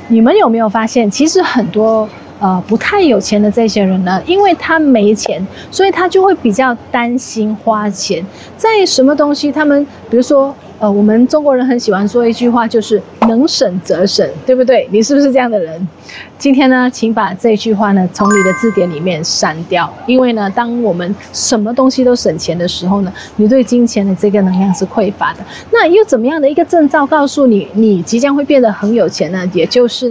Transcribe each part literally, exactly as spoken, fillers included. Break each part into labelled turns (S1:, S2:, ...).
S1: 你们有没有发现，其实很多呃不太有钱的这些人呢，因为他没钱，所以他就会比较担心花钱。在什么东西，他们比如说呃，我们中国人很喜欢说一句话，就是能省则省，对不对？你是不是这样的人？今天呢，请把这句话呢从你的字典里面删掉，因为呢，当我们什么东西都省钱的时候呢，你对金钱的这个能量是匮乏的。那又怎么样的一个征兆告诉你，你即将会变得很有钱呢？也就是呢，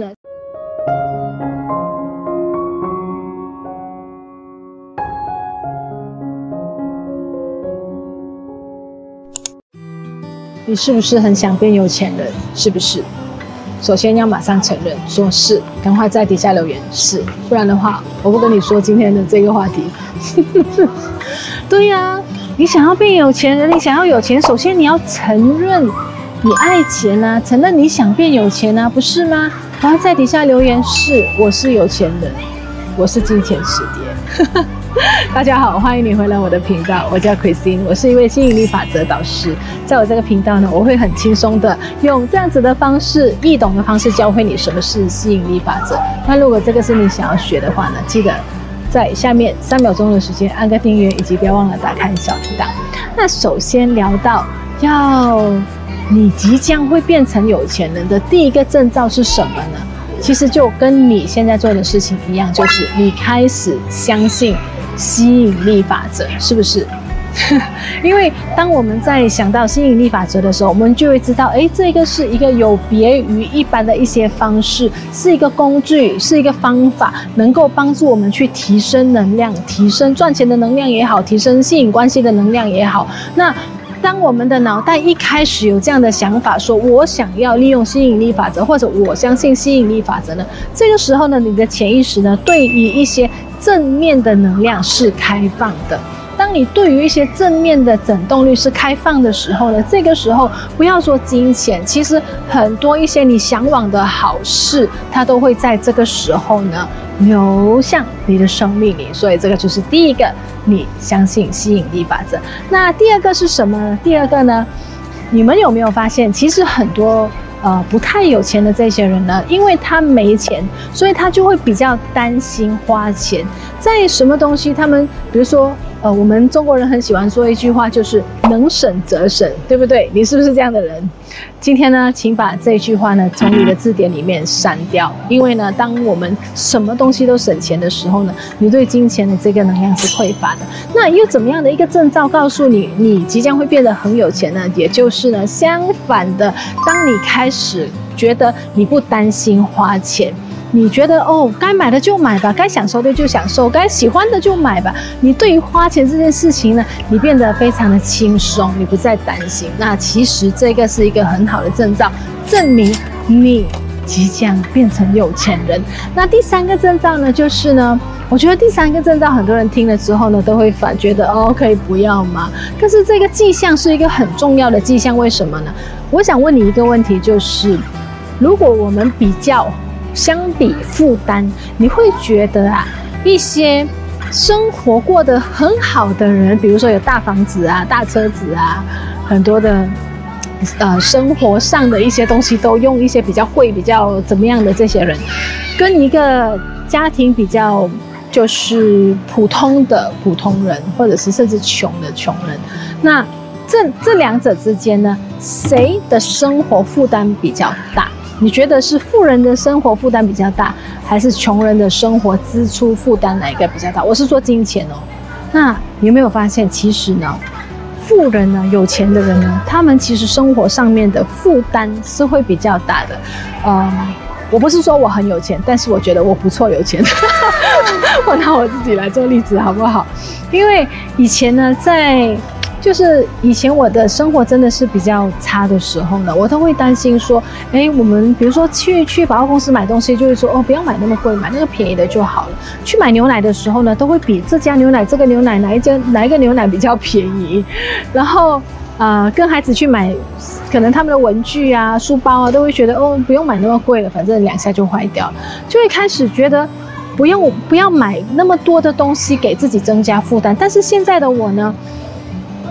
S1: 你是不是很想变有钱人？是不是？首先要马上承认，说是，赶快在底下留言是，不然的话，我不跟你说今天的这个话题。对呀、啊，你想要变有钱人，你想要有钱，首先你要承认你爱钱啊，承认你想变有钱啊，不是吗？赶快在底下留言是，我是有钱人，我是金钱师爹。大家好，欢迎你回来我的频道，我叫 Christine， 我是一位吸引力法则导师。在我这个频道呢，我会很轻松的用这样子的方式，易懂的方式教会你什么是吸引力法则。那如果这个是你想要学的话呢，记得在下面三秒钟的时间按个订阅，以及不要忘了打开小铃铛。那首先聊到要你即将会变成有钱人的第一个征兆是什么呢？其实就跟你现在做的事情一样，就是你开始相信吸引力法则，是不是？因为当我们在想到吸引力法则的时候，我们就会知道，哎，这个是一个有别于一般的一些方式，是一个工具，是一个方法，能够帮助我们去提升能量，提升赚钱的能量也好，提升吸引关系的能量也好。那当我们的脑袋一开始有这样的想法，说我想要利用吸引力法则，或者我相信吸引力法则呢，这个时候呢，你的潜意识呢，对于一些正面的能量是开放的。当你对于一些正面的振动率是开放的时候呢，这个时候不要说金钱，其实很多一些你向往的好事，它都会在这个时候呢流向你的生命里。所以这个就是第一个，你相信吸引力法则。那第二个是什么呢？第二个呢，你们有没有发现，其实很多呃不太有钱的这些人呢，因为他没钱，所以他就会比较担心花钱。在什么东西，他们比如说呃，我们中国人很喜欢说一句话，就是能省则省，对不对？你是不是这样的人？今天呢，请把这句话呢从你的字典里面删掉，因为呢，当我们什么东西都省钱的时候呢，你对金钱的这个能量是匮乏的。那又怎么样的一个征兆告诉你，你即将会变得很有钱呢？也就是呢，相反的，当你开始觉得你不担心花钱。你觉得哦，该买的就买吧，该享受的就享受，该喜欢的就买吧。你对于花钱这件事情呢，你变得非常的轻松，你不再担心。那其实这个是一个很好的征兆，证明你即将变成有钱人。那第三个征兆呢，就是呢，我觉得第三个征兆很多人听了之后呢，都会反觉得哦，可以不要吗？可是这个迹象是一个很重要的迹象，为什么呢？我想问你一个问题，就是如果我们比较相比负担，你会觉得啊，一些生活过得很好的人，比如说有大房子啊、大车子啊，很多的呃生活上的一些东西都用一些比较贵、比较怎么样的这些人，跟一个家庭比较就是普通的普通人，或者是甚至穷的穷人，那这这两者之间呢，谁的生活负担比较大？你觉得是富人的生活负担比较大，还是穷人的生活支出负担哪一个比较大？我是说金钱哦。那你有没有发现，其实呢，富人呢，有钱的人呢，他们其实生活上面的负担是会比较大的。嗯，我不是说我很有钱，但是我觉得我不错有钱。我拿我自己来做例子好不好？因为以前呢，在就是以前我的生活真的是比较差的时候呢，我都会担心说，哎，我们比如说去去百货公司买东西，就会说哦，不要买那么贵，买那个便宜的就好了。去买牛奶的时候呢，都会比这家牛奶、这个牛奶哪一家哪一个牛奶比较便宜。然后呃，跟孩子去买，可能他们的文具啊、书包啊，都会觉得哦，不用买那么贵了，反正两下就坏掉了，就会开始觉得不用不要买那么多的东西给自己增加负担。但是现在的我呢，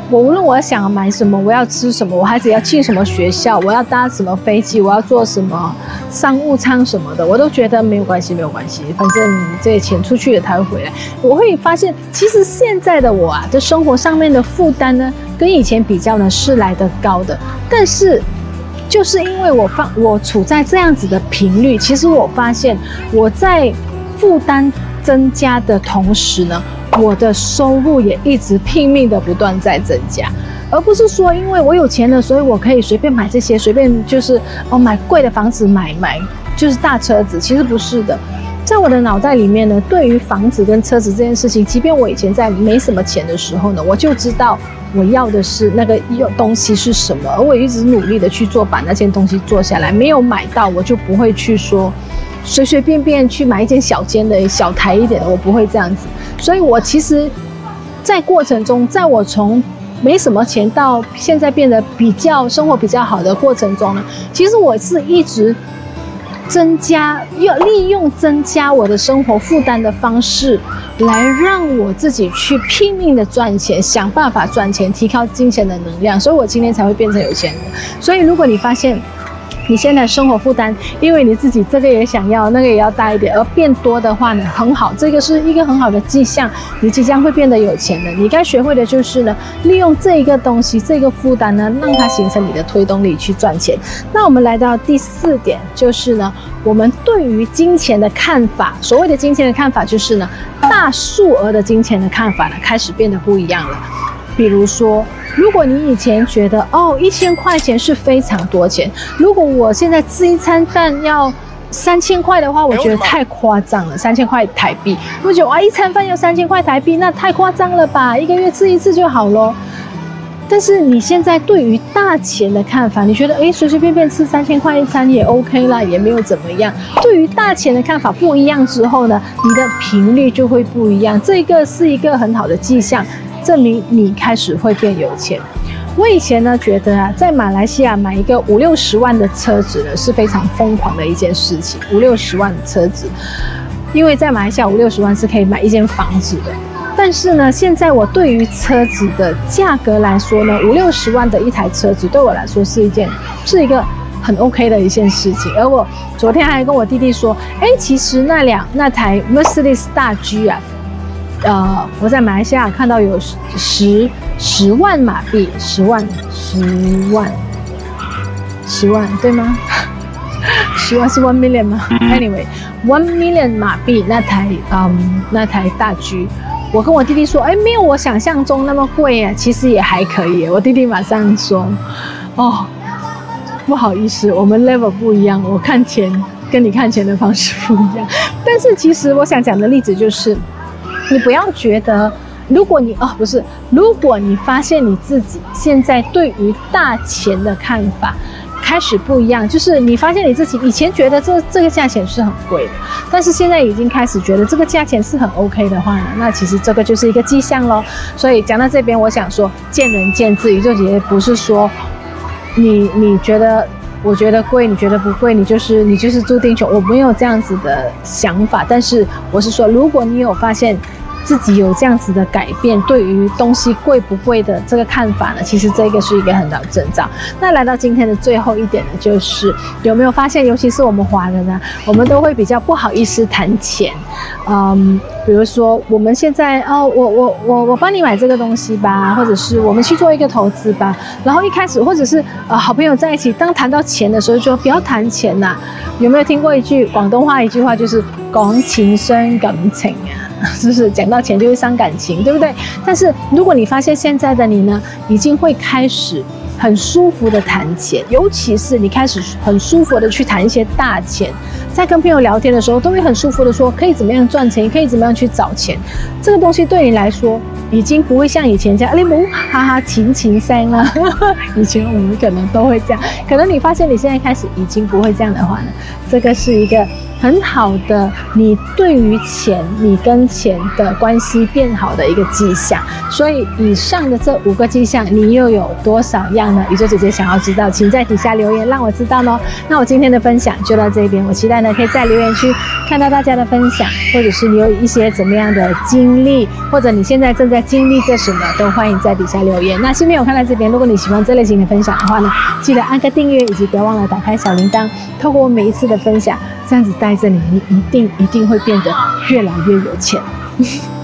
S1: 我无论我想要买什么，我要吃什么，我孩子要进什么学校，我要搭什么飞机，我要做什么商务舱什么的，我都觉得没有关系，没有关系，反正这些钱出去了，他会回来。我会发现，其实现在的我啊，在生活上面的负担呢，跟以前比较呢是来得高的。但是，就是因为我放我处在这样子的频率，其实我发现我在负担增加的同时呢，我的收入也一直拼命的不断在增加，而不是说因为我有钱了，所以我可以随便买这些，随便就是哦买贵的房子，买买就是大车子，其实不是的。在我的脑袋里面呢，对于房子跟车子这件事情，即便我以前在没什么钱的时候呢，我就知道我要的是那个东西是什么，而我一直努力的去做，把那件东西做下来。没有买到，我就不会去说随随便便去买一间小间的、小台一点的，我不会这样子。所以我其实，在过程中，在我从没什么钱到现在变得比较生活比较好的过程中呢，其实我是一直增加，要利用增加我的生活负担的方式，来让我自己去拼命的赚钱，想办法赚钱，提高金钱的能量，所以我今天才会变成有钱人。所以如果你发现你现在生活负担，因为你自己这个也想要，那个也要大一点，而变多的话呢，很好，这个是一个很好的迹象，你即将会变得有钱的。你该学会的就是呢，利用这一个东西，这个负担呢，让它形成你的推动力去赚钱。那我们来到第四点，就是呢，我们对于金钱的看法，所谓的金钱的看法，就是呢，大数额的金钱的看法呢，开始变得不一样了。比如说，如果你以前觉得哦一千块钱是非常多钱，如果我现在吃一餐饭要三千块的话，我觉得太夸张了，三千块台币，我觉得哇一餐饭要三千块台币，那太夸张了吧？一个月吃一次就好咯。但是你现在对于大钱的看法，你觉得哎随随便便吃三千块一餐也 OK 啦，也没有怎么样。对于大钱的看法不一样之后呢，你的频率就会不一样，这个是一个很好的迹象。证明你开始会变有钱。我以前呢觉得啊，在马来西亚买一个五六十万的车子呢是非常疯狂的一件事情。五六十万的车子，因为在马来西亚五六十万是可以买一间房子的。但是呢，现在我对于车子的价格来说呢，五六十万的一台车子对我来说是一件是一个很 OK 的一件事情。而我昨天还跟我弟弟说，哎，其实那辆那台 Mercedes 大 G 啊。呃，我在马来西亚看到有十十万马币，十万十万十万，对吗？十万是 one million 吗 ？Anyway，one million 马币那台，嗯，那台大 G， 我跟我弟弟说，哎，没有我想象中那么贵啊，其实也还可以。我弟弟马上说，哦，不好意思，我们 level 不一样，我看钱跟你看钱的方式不一样。但是其实我想讲的例子就是。你不要觉得，如果你哦不是，如果你发现你自己现在对于大钱的看法开始不一样，就是你发现你自己以前觉得这这个价钱是很贵的，但是现在已经开始觉得这个价钱是很 OK 的话呢，那其实这个就是一个迹象咯。所以讲到这边，我想说见仁见智，宇宙姐姐不是说你你觉得。我觉得贵，你觉得不贵，你就是你就是注定穷。我没有这样子的想法，但是我是说，如果你有发现自己有这样子的改变，对于东西贵不贵的这个看法呢，其实这个是一个很好的征兆。那来到今天的最后一点呢，就是有没有发现，尤其是我们华人呢，我们都会比较不好意思谈钱，嗯。比如说，我们现在哦，我我我我帮你买这个东西吧，或者是我们去做一个投资吧。然后一开始，或者是呃好朋友在一起，当谈到钱的时候，就说不要谈钱呐、啊。有没有听过一句广东话？一句话就是“讲钱伤感情”啊，就是讲到钱就会伤感情，对不对？但是如果你发现现在的你呢，已经会开始很舒服的谈钱，尤其是你开始很舒服的去谈一些大钱，在跟朋友聊天的时候，都会很舒服的说可以怎么样赚钱，可以怎么样去找钱。这个东西对你来说，已经不会像以前这样，你冇哈哈情情声啦。以前我们可能都会这样，可能你发现你现在开始已经不会这样的话呢，这个是一个很好的你对于钱，你跟钱的关系变好的一个迹象。所以以上的这五个迹象，你又有多少样呢？宇宙姐姐想要知道，请在底下留言让我知道哦。那我今天的分享就到这边，我期待呢可以在留言区看到大家的分享，或者是你有一些怎么样的经历，或者你现在正在经历着什么，都欢迎在底下留言。那新朋友看到这边，如果你喜欢这类型的分享的话呢，记得按个订阅，以及不要忘了打开小铃铛。透过我每一次的分享，这样子带着你，你一定一定会变得越来越有钱。